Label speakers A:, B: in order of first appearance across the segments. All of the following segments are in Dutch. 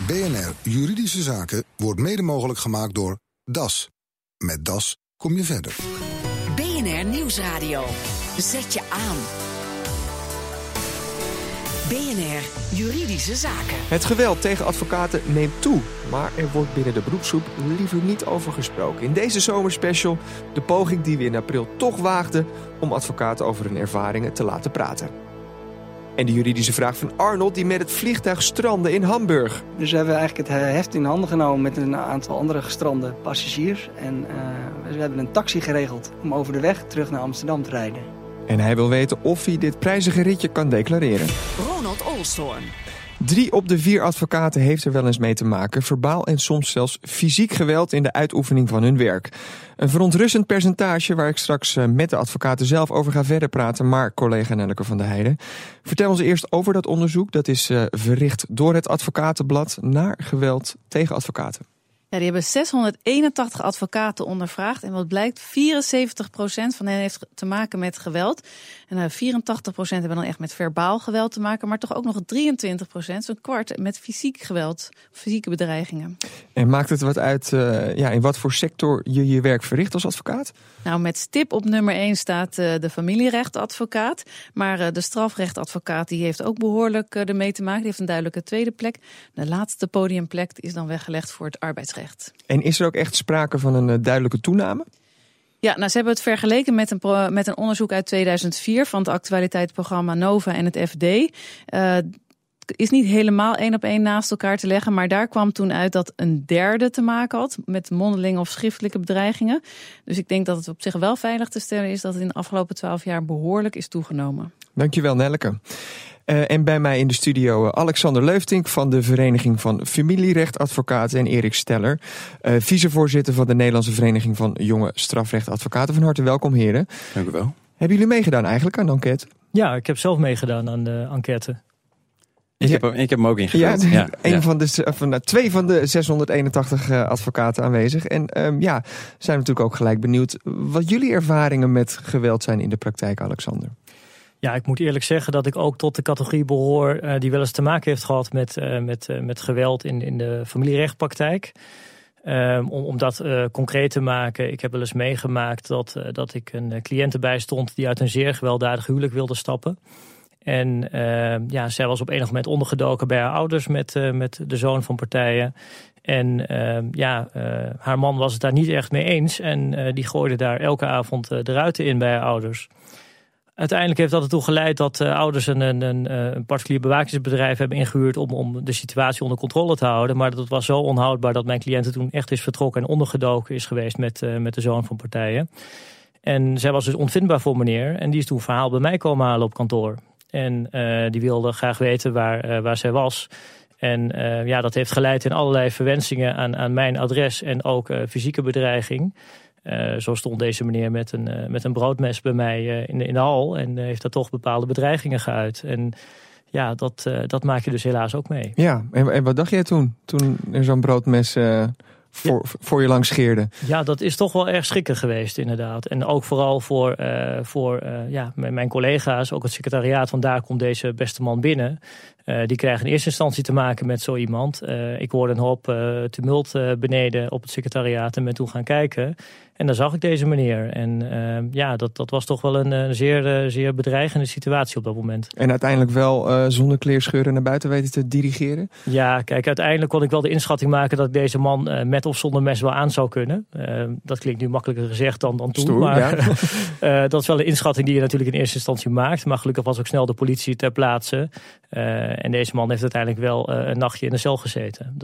A: BNR Juridische Zaken wordt mede mogelijk gemaakt door DAS. Met DAS kom je verder.
B: BNR Nieuwsradio. Zet je aan. BNR Juridische Zaken.
C: Het geweld tegen advocaten neemt toe, maar er wordt binnen de beroepsgroep liever niet over gesproken. In deze zomerspecial de poging die we in april toch waagden om advocaten over hun ervaringen te laten praten. En de juridische vraag van Arnold die met het vliegtuig strandde in Hamburg.
D: Dus we hebben eigenlijk het heft in handen genomen met een aantal andere gestrande passagiers. En we hebben een taxi geregeld om over de weg terug naar Amsterdam te rijden.
C: En hij wil weten of hij dit prijzige ritje kan declareren.
B: Ronald Olstorn.
C: 3 op de 4 advocaten heeft er wel eens mee te maken. Verbaal en soms zelfs fysiek geweld in de uitoefening van hun werk. Een verontrustend percentage waar ik straks met de advocaten zelf over ga verder praten. Maar collega Nelleke van der Heijden, vertel ons eerst over dat onderzoek. Dat is verricht door het Advocatenblad naar geweld tegen advocaten.
E: Ja, die hebben 681 advocaten ondervraagd. En wat blijkt, 74% van hen heeft te maken met geweld. En 84% hebben dan echt met verbaal geweld te maken. Maar toch ook nog 23%, zo'n kwart, met fysiek geweld, fysieke bedreigingen. En
C: maakt het wat uit in wat voor sector je je werk verricht als advocaat?
E: Nou, met stip op nummer 1 staat de familierechtadvocaat. Maar de strafrechtadvocaat die heeft ook behoorlijk ermee te maken. Die heeft een duidelijke tweede plek. De laatste podiumplek is dan weggelegd voor het arbeidsrecht.
C: En is er ook echt sprake van een duidelijke toename?
E: Ja, nou, ze hebben het vergeleken met een onderzoek uit 2004 van het actualiteitsprogramma Nova en het FD. Is niet helemaal 1 op 1 naast elkaar te leggen, maar daar kwam toen uit dat een derde te maken had met mondelinge of schriftelijke bedreigingen. Dus ik denk dat het op zich wel veilig te stellen is dat het in de afgelopen 12 jaar behoorlijk is toegenomen.
C: Dankjewel, Nelleke. En bij mij in de studio Alexander Leuftink van de Vereniging van Familierechtadvocaten en Erik Steller, vicevoorzitter van de Nederlandse Vereniging van Jonge Strafrechtadvocaten. Van harte welkom, heren.
F: Dank u wel.
C: Hebben jullie meegedaan eigenlijk aan de enquête?
G: Ja, ik heb zelf meegedaan aan de enquête.
F: Ik heb hem ook ingevuld.
C: Ja, twee van de 681 advocaten aanwezig. En zijn natuurlijk ook gelijk benieuwd wat jullie ervaringen met geweld zijn in de praktijk, Alexander.
G: Ja, ik moet eerlijk zeggen dat ik ook tot de categorie behoor die wel eens te maken heeft gehad met geweld in de familierechtpraktijk. Om dat concreet te maken, ik heb wel eens meegemaakt dat ik een cliënt erbij stond die uit een zeer gewelddadig huwelijk wilde stappen. En zij was op enig moment ondergedoken bij haar ouders met de zoon van partijen. En haar man was het daar niet echt mee eens. En die gooide daar elke avond de ruiten in bij haar ouders. Uiteindelijk heeft dat ertoe geleid dat ouders een particulier bewakingsbedrijf hebben ingehuurd om de situatie onder controle te houden. Maar dat was zo onhoudbaar dat mijn cliënte toen echt is vertrokken en ondergedoken is geweest met de zoon van partijen. En zij was dus onvindbaar voor meneer en die is toen verhaal bij mij komen halen op kantoor. En die wilde graag weten waar zij was. En dat heeft geleid in allerlei verwensingen aan mijn adres en ook fysieke bedreiging. Zo stond deze meneer met een broodmes bij mij in de hal en heeft daar toch bepaalde bedreigingen geuit. En ja, dat maak je dus helaas ook mee.
C: Ja, en wat dacht jij toen er zo'n broodmes voor je langs scheerde? Ja,
G: dat is toch wel erg schrikken geweest inderdaad. En ook vooral voor mijn collega's, ook het secretariaat, van daar komt deze beste man binnen. Die krijgen in eerste instantie te maken met zo iemand. Ik hoorde een hoop tumult beneden op het secretariaat en ben toen gaan kijken. En dan zag ik deze meneer. En dat was toch wel een zeer bedreigende situatie op dat moment. En uiteindelijk wel zonder kleerscheuren naar buiten weten te dirigeren? Ja, kijk, uiteindelijk kon ik wel de inschatting maken dat ik deze man met of zonder mes wel aan zou kunnen. Dat klinkt nu makkelijker gezegd dan toen. Stoer, maar ja. Dat is wel een inschatting die je natuurlijk in eerste instantie maakt. Maar gelukkig was ook snel de politie ter plaatse. En deze man heeft uiteindelijk wel een nachtje in de cel gezeten.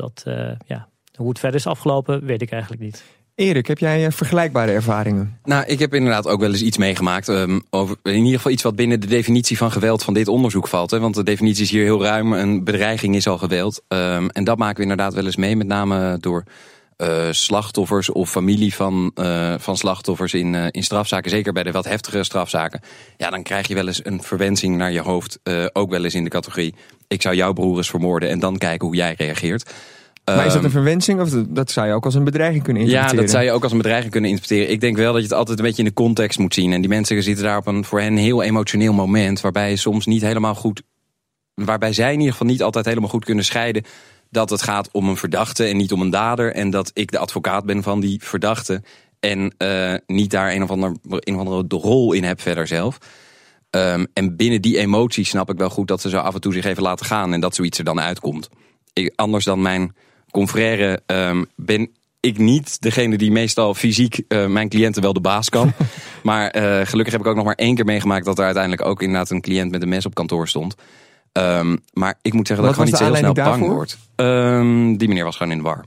G: Hoe het verder is afgelopen, weet ik eigenlijk niet.
C: Erik, heb jij vergelijkbare ervaringen?
F: Nou, ik heb inderdaad ook wel eens iets meegemaakt. Over in ieder geval iets wat binnen de definitie van geweld van dit onderzoek valt. Hè, want de definitie is hier heel ruim. Een bedreiging is al geweld. En dat maken we inderdaad wel eens mee. Met name door slachtoffers of familie van slachtoffers in strafzaken. Zeker bij de wat heftigere strafzaken. Ja, dan krijg je wel eens een verwensing naar je hoofd. Ook wel eens in de categorie: ik zou jouw broer eens vermoorden en dan kijken hoe jij reageert.
C: Maar is dat een verwensing of dat zou je ook als een bedreiging kunnen interpreteren?
F: Ja, dat zou je ook als een bedreiging kunnen interpreteren. Ik denk wel dat je het altijd een beetje in de context moet zien. En die mensen zitten daar op een voor hen heel emotioneel moment, waarbij zij in ieder geval niet altijd helemaal goed kunnen scheiden dat het gaat om een verdachte en niet om een dader. En dat ik de advocaat ben van die verdachte. En niet daar een of andere rol in heb verder zelf. En binnen die emotie snap ik wel goed dat ze zo af en toe zich even laten gaan. En dat zoiets er dan uitkomt. Anders dan mijn confrère ben ik niet degene die meestal fysiek mijn cliënten wel de baas kan. Maar gelukkig heb ik ook nog maar 1 keer meegemaakt dat er uiteindelijk ook inderdaad een cliënt met een mes op kantoor stond. Maar ik moet zeggen dat ik gewoon niet zo heel snel bang word. Die meneer was gewoon in de war.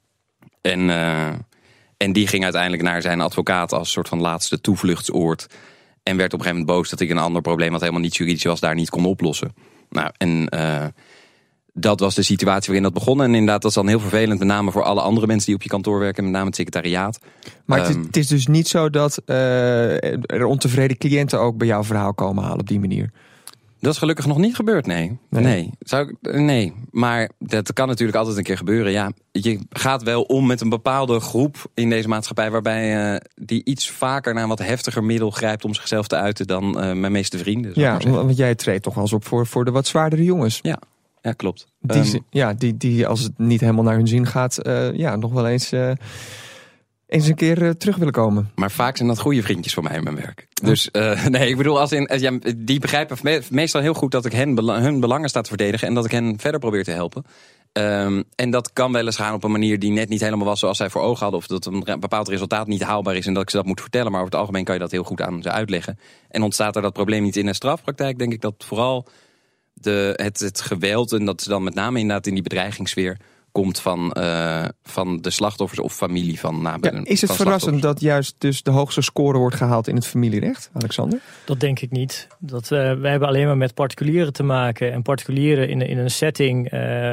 F: En die ging uiteindelijk naar zijn advocaat als soort van laatste toevluchtsoord. En werd op een gegeven moment boos dat ik een ander probleem wat helemaal niet juridisch was daar niet kon oplossen. Nou, en dat was de situatie waarin dat begon. En inderdaad, dat is dan heel vervelend, met name voor alle andere mensen die op je kantoor werken, met name het secretariaat.
C: Maar het is dus niet zo dat er ontevreden cliënten ook bij jouw verhaal komen halen op die manier?
F: Dat is gelukkig nog niet gebeurd, nee. Nee, maar dat kan natuurlijk altijd een keer gebeuren. Ja, je gaat wel om met een bepaalde groep in deze maatschappij waarbij die iets vaker naar een wat heftiger middel grijpt om zichzelf te uiten dan mijn meeste vrienden.
C: Ja, want jij treedt toch wel eens op voor de wat zwaardere jongens.
F: Ja, klopt.
C: Die als het niet helemaal naar hun zin gaat, nog wel eens een keer terug willen komen.
F: Maar vaak zijn dat goede vriendjes van mij in mijn werk. Dus nee, ik bedoel, die begrijpen meestal heel goed dat ik hun belangen sta te verdedigen en dat ik hen verder probeer te helpen. En dat kan wel eens gaan op een manier die net niet helemaal was zoals zij voor ogen hadden. Of dat een bepaald resultaat niet haalbaar is en dat ik ze dat moet vertellen. Maar over het algemeen kan je dat heel goed aan ze uitleggen. En ontstaat er dat probleem niet in de strafpraktijk, denk ik dat vooral het geweld, en dat is dan met name inderdaad in die bedreigingssfeer, komt van de slachtoffers of familie van nabenden.
C: Is het verrassend dat juist dus de hoogste score wordt gehaald in het familierecht, Alexander?
G: Dat denk ik niet. Wij hebben alleen maar met particulieren te maken. En particulieren in een setting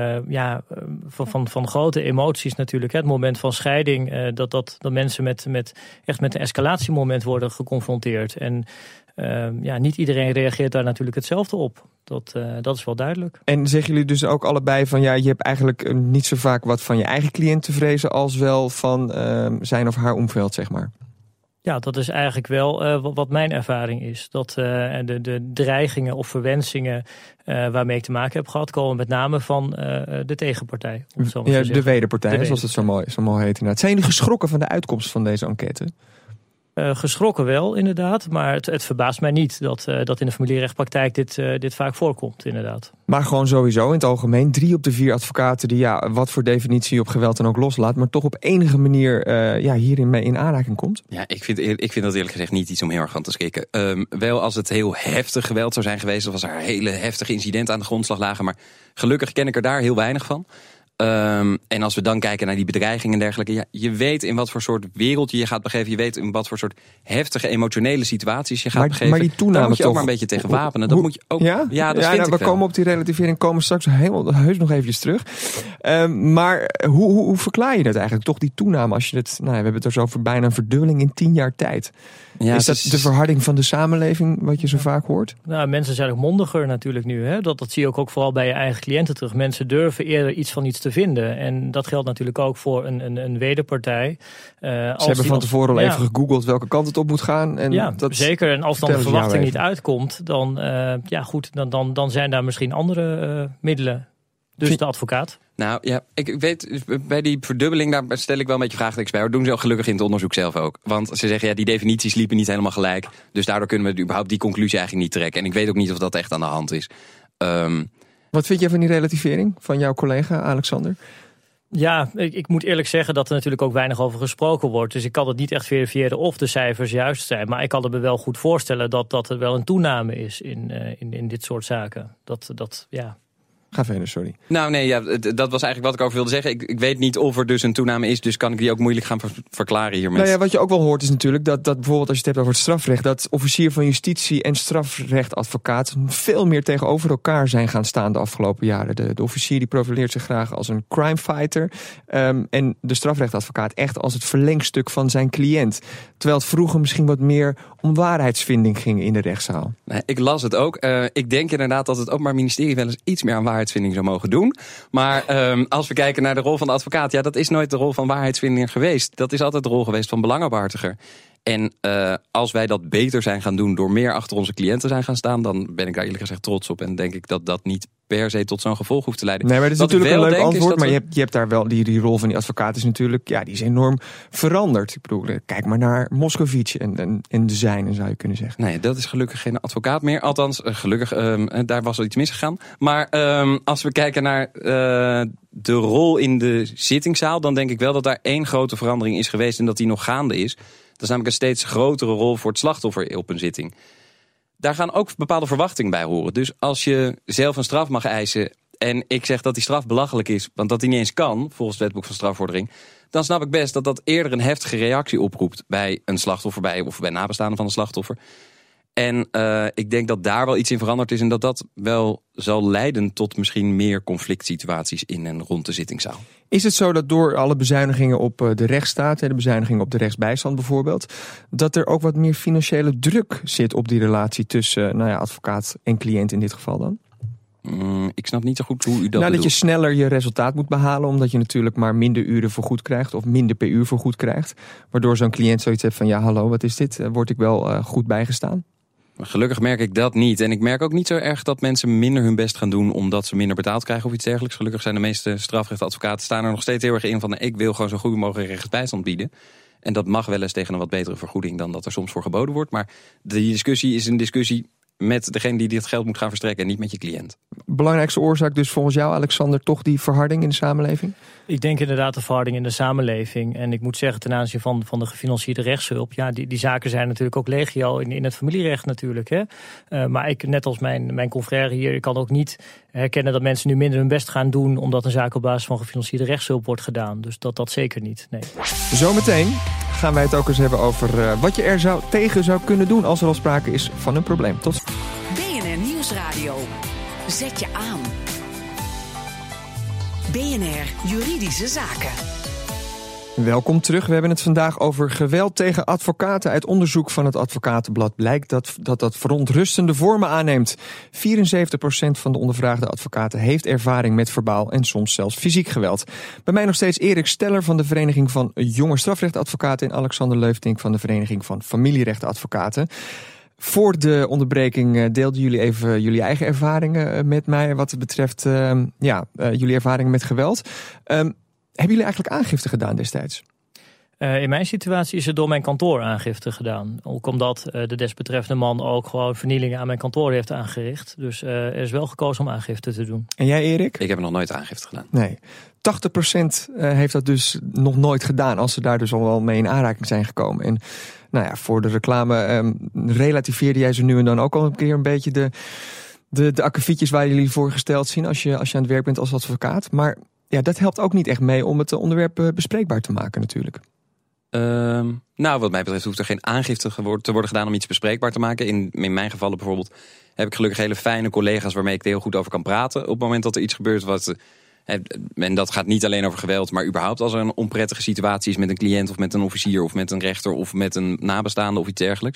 G: van grote emoties natuurlijk. Het moment van scheiding, dat mensen met een escalatiemoment worden geconfronteerd. En niet iedereen reageert daar natuurlijk hetzelfde op. Dat is wel duidelijk.
C: En zeggen jullie dus ook allebei van je hebt eigenlijk niet zo vaak wat van je eigen cliënt te vrezen als wel van zijn of haar omveld, zeg maar?
G: Ja, dat is eigenlijk wel wat mijn ervaring is. Dat de dreigingen of verwensingen waarmee ik te maken heb gehad, komen met name van de tegenpartij.
C: De wederpartij, zoals het zo mooi heet inderdaad. Zijn jullie geschrokken van de uitkomst van deze enquête?
G: Geschrokken wel, inderdaad. Maar het verbaast mij niet dat in de familierechtpraktijk dit vaak voorkomt, inderdaad. Maar
C: gewoon sowieso in het algemeen 3 op de 4 advocaten die wat voor definitie op geweld dan ook loslaat, maar toch op enige manier hierin mee in aanraking komt? Ja,
F: ik vind dat eerlijk gezegd niet iets om heel erg van te schrikken. Wel als het heel heftig geweld zou zijn geweest, of als er hele heftige incidenten aan de grondslag lagen, maar gelukkig ken ik er daar heel weinig van. En als we dan kijken naar die bedreigingen en dergelijke, je weet in wat voor soort wereld je gaat begeven. Je weet in wat voor soort heftige emotionele situaties je gaat begeven.
C: Maar die toename
F: daar moet je
C: toch
F: ook maar een beetje tegen wapenen. Dat moet je ook. Ja, dat vind ik
C: we
F: wel.
C: komen op die relativering, komen straks heus nog eventjes terug. Maar hoe verklaar je dat eigenlijk? Toch die toename als je het. We hebben het er zo over bijna een verdubbeling in 10 jaar tijd. Ja, is dat de verharding van de samenleving, wat je zo vaak hoort?
G: Nou, mensen zijn ook mondiger natuurlijk nu. Hè? Dat zie je ook vooral bij je eigen cliënten terug. Mensen durven eerder iets van iets te vinden. En dat geldt natuurlijk ook voor een wederpartij.
C: Ze hebben van tevoren al even gegoogeld welke kant het op moet gaan. En
G: zeker. En als dan de verwachting niet uitkomt, dan zijn daar misschien andere middelen. Dus de advocaat.
F: Nou ja, ik weet, bij die verdubbeling, daar stel ik wel een beetje vraagtekens bij. Dat doen ze ook gelukkig in het onderzoek zelf ook. Want ze zeggen, die definities liepen niet helemaal gelijk. Dus daardoor kunnen we überhaupt die conclusie eigenlijk niet trekken. En ik weet ook niet of dat echt aan de hand is.
C: Wat vind jij van die relativering van jouw collega Alexander?
G: Ja, ik moet eerlijk zeggen dat er natuurlijk ook weinig over gesproken wordt. Dus ik kan het niet echt verifiëren of de cijfers juist zijn. Maar ik kan me wel goed voorstellen dat er wel een toename is in dit soort zaken.
C: Ga verder, sorry.
F: Nou nee, dat was eigenlijk wat ik over wilde zeggen. Ik weet niet of er dus een toename is, dus kan ik die ook moeilijk gaan verklaren hiermee.
C: Nou ja, wat je ook wel hoort is natuurlijk dat bijvoorbeeld als je het hebt over het strafrecht, dat officier van justitie en strafrechtadvocaat veel meer tegenover elkaar zijn gaan staan de afgelopen jaren. De officier die profileert zich graag als een crime fighter en de strafrechtadvocaat echt als het verlengstuk van zijn cliënt. Terwijl het vroeger misschien wat meer om waarheidsvinding ging in de rechtszaal.
F: Nee, ik las het ook. Ik denk inderdaad dat het Openbaar Ministerie wel eens iets meer aan waarheidsvinding zou mogen doen. Maar als we kijken naar de rol van de advocaat, dat is nooit de rol van waarheidsvinder geweest. Dat is altijd de rol geweest van belangenbehartiger. En als wij dat beter zijn gaan doen door meer achter onze cliënten zijn gaan staan, dan ben ik daar eerlijk gezegd trots op. En denk ik dat dat niet per se tot zo'n gevolg hoeft te leiden.
C: Nee, maar dat is natuurlijk een leuk antwoord. Maar je hebt daar wel, die rol van die advocaat is natuurlijk, die is enorm veranderd. Ik bedoel, kijk maar naar Moscovici en de zijnen, zou je kunnen zeggen.
F: Nee, dat is gelukkig geen advocaat meer. Althans, gelukkig, daar was al iets misgegaan. Maar als we kijken naar de rol in de zittingszaal, dan denk ik wel dat daar één grote verandering is geweest en dat die nog gaande is. Dat is namelijk een steeds grotere rol voor het slachtoffer op een zitting. Daar gaan ook bepaalde verwachtingen bij horen. Dus als je zelf een straf mag eisen en ik zeg dat die straf belachelijk is, want dat die niet eens kan, volgens het wetboek van strafvordering, dan snap ik best dat dat eerder een heftige reactie oproept bij een slachtoffer, of bij nabestaanden van een slachtoffer. En ik denk dat daar wel iets in veranderd is en dat dat wel zal leiden tot misschien meer conflict situaties in en rond de zittingszaal.
C: Is het zo dat door alle bezuinigingen op de rechtsstaat, de bezuinigingen op de rechtsbijstand bijvoorbeeld, dat er ook wat meer financiële druk zit op die relatie tussen advocaat en cliënt in dit geval dan?
F: Ik snap niet zo goed hoe u dat bedoelt.
C: Dat je sneller je resultaat moet behalen, omdat je natuurlijk maar minder uren vergoed krijgt of minder per uur vergoed krijgt. Waardoor zo'n cliënt zoiets heeft van hallo, wat is dit? Word ik wel goed bijgestaan?
F: Maar gelukkig merk ik dat niet. En ik merk ook niet zo erg dat mensen minder hun best gaan doen omdat ze minder betaald krijgen of iets dergelijks. Gelukkig zijn de meeste strafrechtadvocaten staan er nog steeds heel erg in van ik wil gewoon zo goed mogelijk rechtsbijstand bieden. En dat mag wel eens tegen een wat betere vergoeding dan dat er soms voor geboden wordt. Maar die discussie is een discussie met degene die dit geld moet gaan verstrekken en niet met je cliënt.
C: Belangrijkste oorzaak dus volgens jou, Alexander, toch die verharding in de samenleving?
G: Ik denk inderdaad de verharding in de samenleving. En ik moet zeggen, ten aanzien van de gefinancierde rechtshulp, die zaken zijn natuurlijk ook legio in het familierecht natuurlijk. Hè? Maar ik, net als mijn confrère hier, ik kan ook niet herkennen dat mensen nu minder hun best gaan doen omdat een zaak op basis van gefinancierde rechtshulp wordt gedaan. Dus dat zeker niet, nee.
C: Zometeen gaan wij het ook eens hebben over wat je er tegen zou kunnen doen als er al sprake is van een probleem. Tot
B: BNR Nieuwsradio. Zet je aan. BNR Juridische Zaken.
C: Welkom terug. We hebben het vandaag over geweld tegen advocaten. Uit onderzoek van het Advocatenblad blijkt dat verontrustende vormen aanneemt. 74% van de ondervraagde advocaten heeft ervaring met verbaal en soms zelfs fysiek geweld. Bij mij nog steeds Erik Steller van de Vereniging van Jonge Strafrechtadvocaten en Alexander Leufting van de Vereniging van Familierechtadvocaten. Voor de onderbreking deelden jullie even jullie eigen ervaringen met mij wat betreft jullie ervaringen met geweld. Hebben jullie eigenlijk aangifte gedaan destijds?
G: In mijn situatie is er door mijn kantoor aangifte gedaan. Ook omdat de desbetreffende man ook gewoon vernielingen aan mijn kantoor heeft aangericht. Dus er is wel gekozen om aangifte te doen.
C: En jij, Erik?
F: Ik heb nog nooit aangifte gedaan.
C: Nee. 80% heeft dat dus nog nooit gedaan, als ze daar dus al wel mee in aanraking zijn gekomen. En voor de reclame relativeerde jij ze nu en dan ook al een keer een beetje de akkefietjes waar jullie voor gesteld zien als je aan het werk bent als advocaat. Maar dat helpt ook niet echt mee om het onderwerp bespreekbaar te maken natuurlijk.
F: Wat mij betreft hoeft er geen aangifte te worden gedaan om iets bespreekbaar te maken. In mijn gevallen bijvoorbeeld heb ik gelukkig hele fijne collega's waarmee ik er heel goed over kan praten op het moment dat er iets gebeurt en dat gaat niet alleen over geweld, maar überhaupt als er een onprettige situatie is met een cliënt of met een officier of met een rechter of met een nabestaande of iets dergelijks.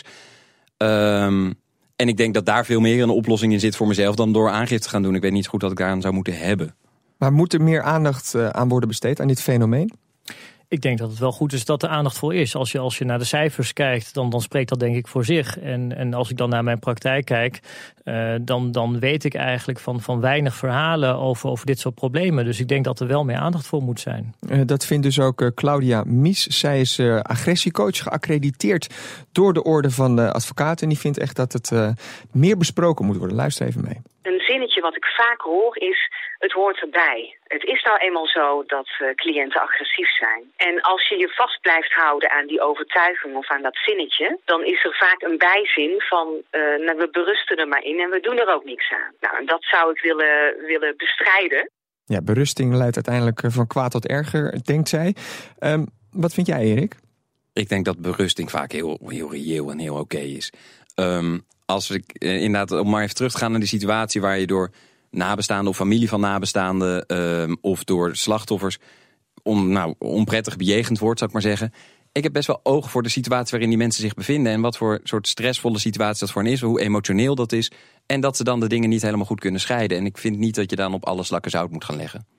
F: En ik denk dat daar veel meer een oplossing in zit voor mezelf dan door aangifte te gaan doen. Ik weet niet zo goed wat ik daaraan zou moeten hebben. Maar
C: moet er meer aandacht aan worden besteed aan dit fenomeen?
G: Ik denk dat het wel goed is dat er aandacht voor is. Als je naar de cijfers kijkt, dan spreekt dat denk ik voor zich. En als ik dan naar mijn praktijk kijk, dan weet ik eigenlijk van weinig verhalen over dit soort problemen. Dus ik denk dat er wel meer aandacht voor moet zijn.
C: Dat vindt dus ook Claudia Mies. Zij is agressiecoach, geaccrediteerd door de Orde van de Advocaten. En die vindt echt dat het meer besproken moet worden. Luister even mee.
H: Een zinnetje wat ik vaak hoor is: het hoort erbij. Het is nou eenmaal zo dat cliënten agressief zijn. En als je je vast blijft houden aan die overtuiging of aan dat zinnetje, dan is er vaak een bijzin van we berusten er maar in en we doen er ook niks aan. Nou, en dat zou ik willen bestrijden.
C: Ja, berusting leidt uiteindelijk van kwaad tot erger, denkt zij. Wat vind jij, Erik?
F: Ik denk dat berusting vaak heel, heel reëel en heel oké is. Als ik inderdaad, om maar even terug te gaan naar die situatie waar je door nabestaanden of familie van nabestaanden of door slachtoffers onprettig bejegend wordt, zou ik maar zeggen. Ik heb best wel oog voor de situatie waarin die mensen zich bevinden en wat voor soort stressvolle situatie dat voor hen is, hoe emotioneel dat is en dat ze dan de dingen niet helemaal goed kunnen scheiden. En ik vind niet dat je dan op alle slakken zout moet gaan leggen.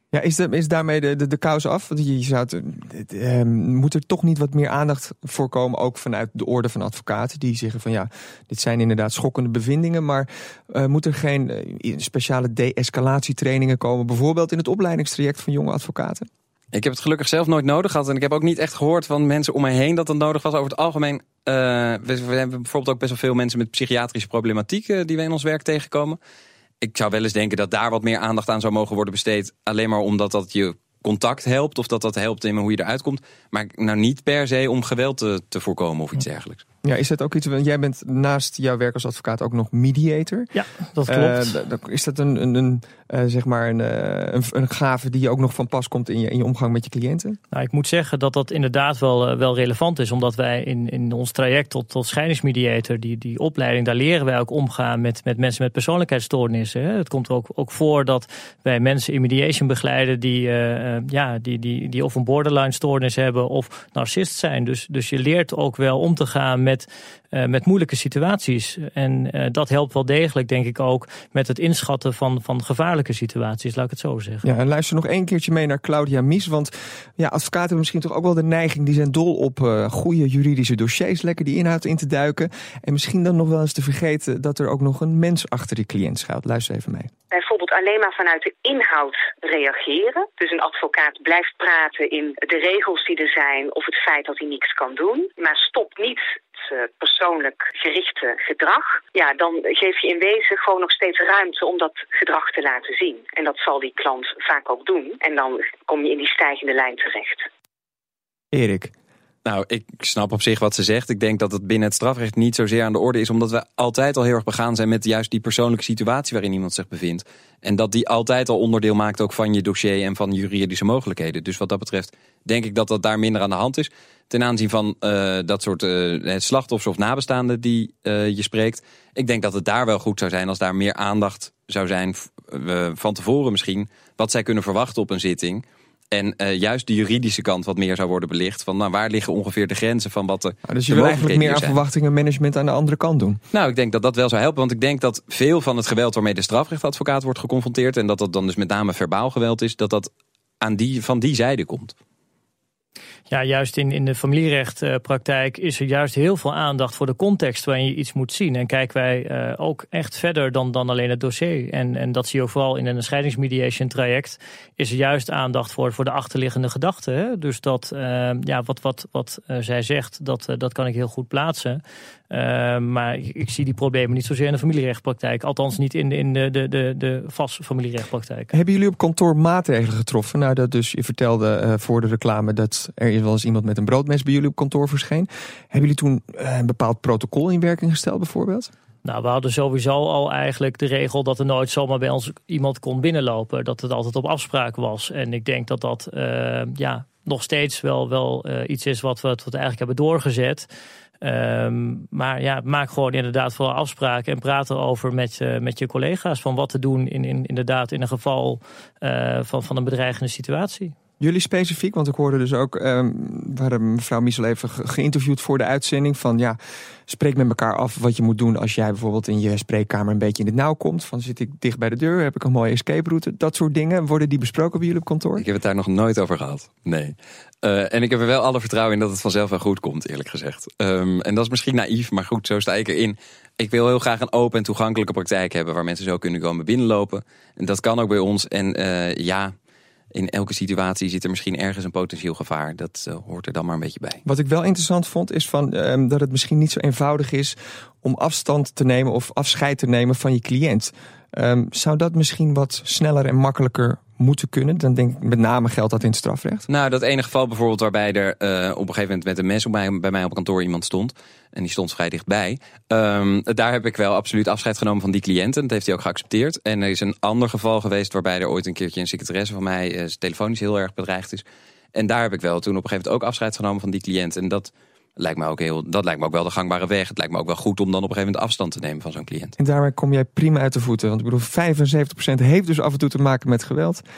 C: Ja, is daarmee de kous af? Want je zou moet er toch niet wat meer aandacht voor komen, ook vanuit de orde van advocaten, die zeggen van dit zijn inderdaad schokkende bevindingen, maar moet er geen speciale de-escalatietrainingen komen, bijvoorbeeld in het opleidingstraject van jonge advocaten?
F: Ik heb het gelukkig zelf nooit nodig gehad en ik heb ook niet echt gehoord van mensen om mij heen dat nodig was. Over het algemeen, we hebben bijvoorbeeld ook best wel veel mensen met psychiatrische problematiek die we in ons werk tegenkomen. Ik zou wel eens denken dat daar wat meer aandacht aan zou mogen worden besteed. Alleen maar omdat dat je contact helpt of dat helpt in hoe je eruit komt. Maar nou niet per se om geweld te voorkomen of iets dergelijks. Ja,
C: is dat ook iets? Want jij bent naast jouw werk als advocaat ook nog mediator.
G: Ja, dat klopt.
C: Is dat een gave die ook nog van pas komt in je omgang met je cliënten?
G: Nou, ik moet zeggen dat dat inderdaad wel relevant is. Omdat wij in ons traject tot scheidingsmediator, die opleiding, daar leren wij ook omgaan met mensen met persoonlijkheidsstoornissen. Het komt er ook voor dat wij mensen in mediation begeleiden die of een borderline stoornis hebben of narcist zijn. Dus je leert ook wel om te gaan met moeilijke situaties. En dat helpt wel degelijk, denk ik ook, met het inschatten van gevaarlijke situaties, laat ik het zo zeggen.
C: Ja, en luister nog één keertje mee naar Claudia Mies, want advocaten hebben misschien toch ook wel de neiging, die zijn dol op goede juridische dossiers, lekker die inhoud in te duiken. En misschien dan nog wel eens te vergeten dat er ook nog een mens achter die cliënt schuilt. Luister even mee.
H: Bijvoorbeeld alleen maar vanuit de inhoud reageren. Dus een advocaat blijft praten in de regels die er zijn of het feit dat hij niks kan doen. Maar stopt niet het persoonlijk gerichte gedrag. Ja, dan geef je in wezen gewoon nog steeds ruimte om dat gedrag te laten zien. En dat zal die klant vaak ook doen. En dan kom je in die stijgende lijn terecht.
C: Erik.
F: Nou, ik snap op zich wat ze zegt. Ik denk dat het binnen het strafrecht niet zozeer aan de orde is, omdat we altijd al heel erg begaan zijn met juist die persoonlijke situatie waarin iemand zich bevindt. En dat die altijd al onderdeel maakt ook van je dossier en van juridische mogelijkheden. Dus wat dat betreft denk ik dat dat daar minder aan de hand is. Ten aanzien van dat soort slachtoffers of nabestaanden die je spreekt. Ik denk dat het daar wel goed zou zijn als daar meer aandacht zou zijn van tevoren misschien, wat zij kunnen verwachten op een zitting. En juist de juridische kant wat meer zou worden belicht. Van waar liggen ongeveer de grenzen van wat
C: dus je wil eigenlijk meer aan verwachtingenmanagement aan de andere kant doen?
F: Nou, ik denk dat dat wel zou helpen. Want ik denk dat veel van het geweld waarmee de strafrechtadvocaat wordt geconfronteerd, en dat dan dus met name verbaal geweld is, dat van die zijde komt.
G: Ja, juist in de familierechtpraktijk is er juist heel veel aandacht voor de context waarin je iets moet zien. En kijken wij ook echt verder dan alleen het dossier. En dat zie je ook vooral in een scheidingsmediation traject. Is er juist aandacht voor de achterliggende gedachten. Hè? Dus dat, wat zij zegt, dat kan ik heel goed plaatsen. Maar ik zie die problemen niet zozeer in de familierechtpraktijk. Althans niet in de vaste familierechtpraktijk.
C: Hebben jullie op kantoor maatregelen getroffen? Nou, dat dus, je vertelde voor de reclame dat er wel eens iemand met een broodmes bij jullie op kantoor verscheen. Hebben jullie toen een bepaald protocol in werking gesteld bijvoorbeeld?
G: Nou, we hadden sowieso al eigenlijk de regel dat er nooit zomaar bij ons iemand kon binnenlopen. Dat het altijd op afspraak was. En ik denk dat nog steeds wel iets is wat we eigenlijk hebben doorgezet. Maar maak gewoon inderdaad vooral afspraken en praat erover met je collega's van wat te doen inderdaad in een geval van een bedreigende situatie.
C: Jullie specifiek, want ik hoorde dus ook, we hadden mevrouw Miesel even geïnterviewd voor de uitzending van spreek met elkaar af wat je moet doen als jij bijvoorbeeld in je spreekkamer een beetje in het nauw komt. Van zit ik dicht bij de deur, heb ik een mooie escape route, dat soort dingen. Worden die besproken bij jullie op kantoor?
F: Ik heb het daar nog nooit over gehad, nee. En ik heb er wel alle vertrouwen in dat het vanzelf wel goed komt, eerlijk gezegd. En dat is misschien naïef, maar goed, zo sta ik erin. Ik wil heel graag een open en toegankelijke praktijk hebben waar mensen zo kunnen komen binnenlopen. En dat kan ook bij ons. En in elke situatie zit er misschien ergens een potentieel gevaar. Dat hoort er dan maar een beetje bij.
C: Wat ik wel interessant vond is dat het misschien niet zo eenvoudig is om afstand te nemen of afscheid te nemen van je cliënt. Zou dat misschien wat sneller en makkelijker moeten kunnen? Dan denk ik met name geldt dat in het strafrecht.
F: Nou, dat ene geval bijvoorbeeld waarbij er op een gegeven moment met een mes bij mij op kantoor iemand stond. En die stond vrij dichtbij. Daar heb ik wel absoluut afscheid genomen van die cliënten. Dat heeft hij ook geaccepteerd. En er is een ander geval geweest waarbij er ooit een keertje een secretaresse van mij telefonisch heel erg bedreigd is. En daar heb ik wel toen op een gegeven moment ook afscheid genomen van die cliënt. En dat lijkt me ook wel de gangbare weg. Het lijkt me ook wel goed om dan op een gegeven moment afstand te nemen van zo'n cliënt.
C: En daarmee kom jij prima uit de voeten. Want ik bedoel, 75% heeft dus af en toe te maken met geweld.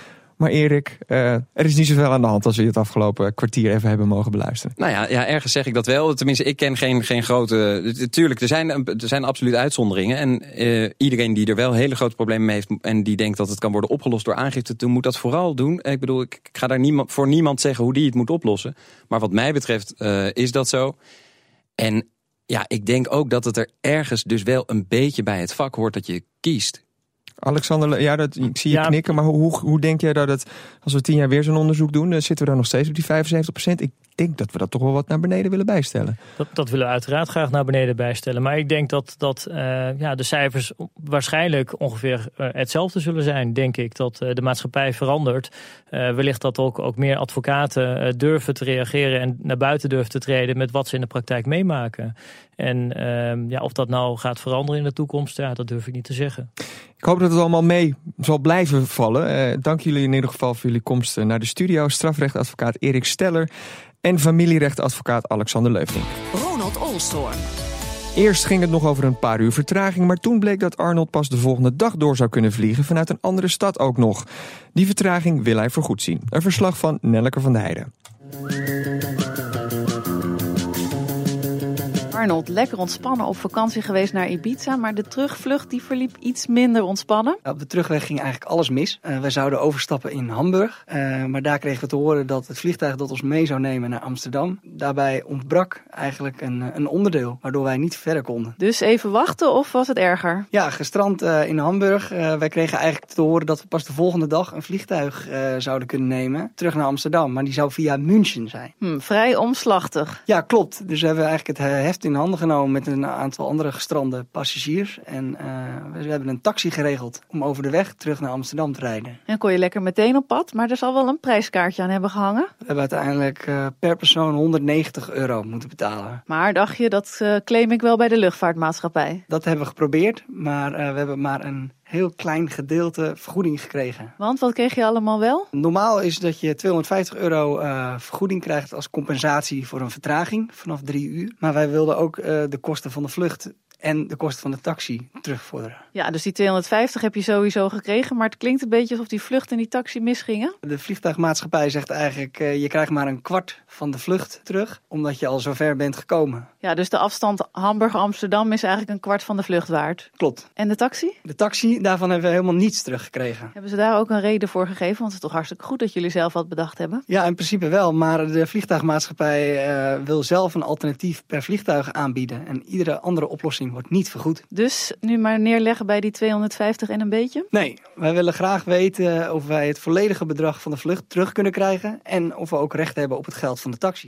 C: Maar Erik, er is niet zoveel aan de hand als we het afgelopen kwartier even hebben mogen beluisteren.
F: Nou ja, ergens zeg ik dat wel. Tenminste, ik ken geen grote... Tuurlijk, er zijn absoluut uitzonderingen. En iedereen die er wel hele grote problemen mee heeft en die denkt dat het kan worden opgelost door aangifte te doen, moet dat vooral doen. Ik bedoel, ik ga daar voor niemand zeggen hoe die het moet oplossen. Maar wat mij betreft is dat zo. En ja, ik denk ook dat het er ergens dus wel een beetje bij het vak hoort dat je kiest.
C: Alexander, ik zie je knikken, maar hoe denk jij dat het, als we 10 jaar weer zo'n onderzoek doen, zitten we dan nog steeds op die 75%? Ik denk dat we dat toch wel wat naar beneden willen bijstellen. Dat
G: willen we uiteraard graag naar beneden bijstellen. Maar ik denk dat de cijfers waarschijnlijk ongeveer hetzelfde zullen zijn, denk ik. Dat de maatschappij verandert. Wellicht dat ook meer advocaten durven te reageren en naar buiten durven te treden met wat ze in de praktijk meemaken. En of dat nou gaat veranderen in de toekomst, dat durf ik niet te zeggen.
C: Ik hoop dat het allemaal mee zal blijven vallen. Dank jullie in ieder geval voor jullie komst naar de studio. Strafrechtadvocaat Erik Steller en familierechtadvocaat Alexander Leufink.
B: Ronald Olstorn.
C: Eerst ging het nog over een paar uur vertraging, maar toen bleek dat Arnold pas de volgende dag door zou kunnen vliegen, vanuit een andere stad ook nog. Die vertraging wil hij voorgoed zien. Een verslag van Nelleke van der Heijden.
E: Arnold, lekker ontspannen op vakantie geweest naar Ibiza, maar de terugvlucht die verliep iets minder ontspannen.
D: Op de terugweg ging eigenlijk alles mis. Wij zouden overstappen in Hamburg, maar daar kregen we te horen dat het vliegtuig dat ons mee zou nemen naar Amsterdam, daarbij ontbrak eigenlijk een onderdeel, waardoor wij niet verder konden.
E: Dus even wachten of was het erger?
D: Ja, gestrand in Hamburg. Wij kregen eigenlijk te horen dat we pas de volgende dag een vliegtuig zouden kunnen nemen, terug naar Amsterdam, maar die zou via München zijn.
E: Vrij omslachtig.
D: Ja, klopt. Dus we hebben eigenlijk het heft in handen genomen met een aantal andere gestrande passagiers. En we hebben een taxi geregeld om over de weg terug naar Amsterdam te rijden.
E: En kon je lekker meteen op pad, maar er zal wel een prijskaartje aan hebben gehangen?
D: We hebben uiteindelijk per persoon €190 moeten betalen.
E: Maar dacht je, dat claim ik wel bij de luchtvaartmaatschappij?
D: Dat hebben we geprobeerd, maar we hebben maar een heel klein gedeelte vergoeding gekregen.
E: Want wat kreeg je allemaal wel?
D: Normaal is dat je €250 vergoeding krijgt als compensatie voor een vertraging vanaf 3 uur. Maar wij wilden ook de kosten van de vlucht en de kosten van de taxi terugvorderen.
E: Ja, dus die 250 heb je sowieso gekregen, maar het klinkt een beetje alsof die vlucht en die taxi misgingen.
D: De vliegtuigmaatschappij zegt eigenlijk, je krijgt maar een kwart van de vlucht terug, omdat je al zo ver bent gekomen.
E: Ja, dus de afstand Hamburg-Amsterdam is eigenlijk een kwart van de vlucht waard.
D: Klopt.
E: En de taxi?
D: De taxi, daarvan hebben we helemaal niets teruggekregen.
E: Hebben ze daar ook een reden voor gegeven? Want het is toch hartstikke goed dat jullie zelf wat bedacht hebben?
D: Ja, in principe wel, maar de vliegtuigmaatschappij wil zelf een alternatief per vliegtuig aanbieden. En iedere andere oplossing wordt niet vergoed.
E: Dus nu maar neerleggen bij die 250 en een beetje?
D: Nee, wij willen graag weten of wij het volledige bedrag van de vlucht terug kunnen krijgen en of we ook recht hebben op het geld van de taxi.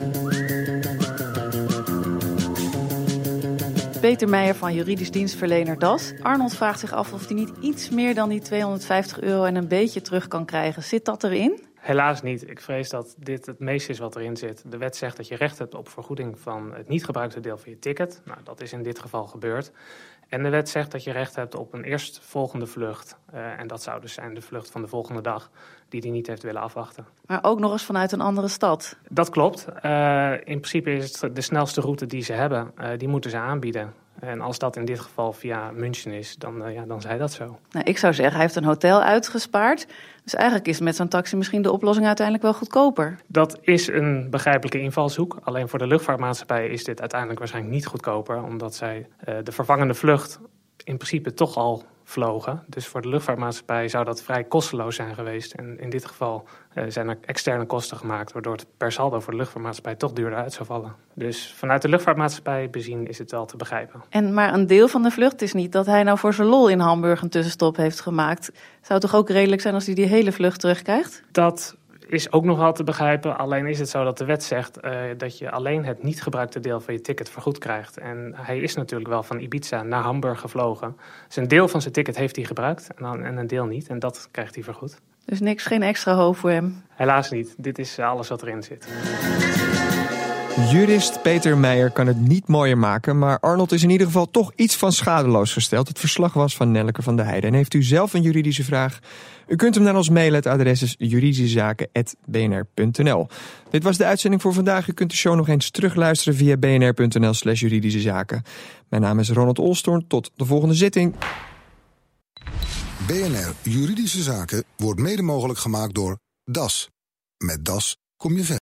E: Peter Meijer van juridisch dienstverlener DAS. Arnold vraagt zich af of hij niet iets meer dan die €250 en een beetje terug kan krijgen. Zit dat erin?
I: Helaas niet. Ik vrees dat dit het meeste is wat erin zit. De wet zegt dat je recht hebt op vergoeding van het niet gebruikte deel van je ticket. Nou, dat is in dit geval gebeurd. En de wet zegt dat je recht hebt op een eerstvolgende vlucht. En dat zou dus zijn de vlucht van de volgende dag, die hij niet heeft willen afwachten.
E: Maar ook nog eens vanuit een andere stad?
I: Dat klopt. In principe is het de snelste route die ze hebben. Die moeten ze aanbieden. En als dat in dit geval via München is, dan zij dat zo.
E: Nou, ik zou zeggen, hij heeft een hotel uitgespaard. Dus eigenlijk is met zo'n taxi misschien de oplossing uiteindelijk wel goedkoper.
I: Dat is een begrijpelijke invalshoek. Alleen voor de luchtvaartmaatschappij is dit uiteindelijk waarschijnlijk niet goedkoper. Omdat zij de vervangende vlucht in principe toch al vlogen. Dus voor de luchtvaartmaatschappij zou dat vrij kosteloos zijn geweest. En in dit geval zijn er externe kosten gemaakt, waardoor het per saldo voor de luchtvaartmaatschappij toch duurder uit zou vallen. Dus vanuit de luchtvaartmaatschappij bezien is het wel te begrijpen.
E: Maar een deel van de vlucht is niet dat hij nou voor zijn lol in Hamburg een tussenstop heeft gemaakt. Zou het toch ook redelijk zijn als hij die hele vlucht terugkrijgt?
I: Dat is ook nog wel te begrijpen. Alleen is het zo dat de wet zegt dat je alleen het niet gebruikte deel van je ticket vergoed krijgt. En hij is natuurlijk wel van Ibiza naar Hamburg gevlogen. Dus een deel van zijn ticket heeft hij gebruikt en een deel niet. En dat krijgt hij vergoed.
E: Dus geen extra hoop voor hem?
I: Helaas niet. Dit is alles wat erin zit.
C: Jurist Peter Meijer kan het niet mooier maken, maar Arnold is in ieder geval toch iets van schadeloos gesteld. Het verslag was van Nelleke van der Heijden. En heeft u zelf een juridische vraag? U kunt hem naar ons mailen. Het adres is juridischezaken@bnr.nl. Dit was de uitzending voor vandaag. U kunt de show nog eens terugluisteren via bnr.nl/juridischezaken. Mijn naam is Ronald Olstorn. Tot de volgende zitting.
A: BNR Juridische Zaken wordt mede mogelijk gemaakt door DAS. Met DAS kom je verder.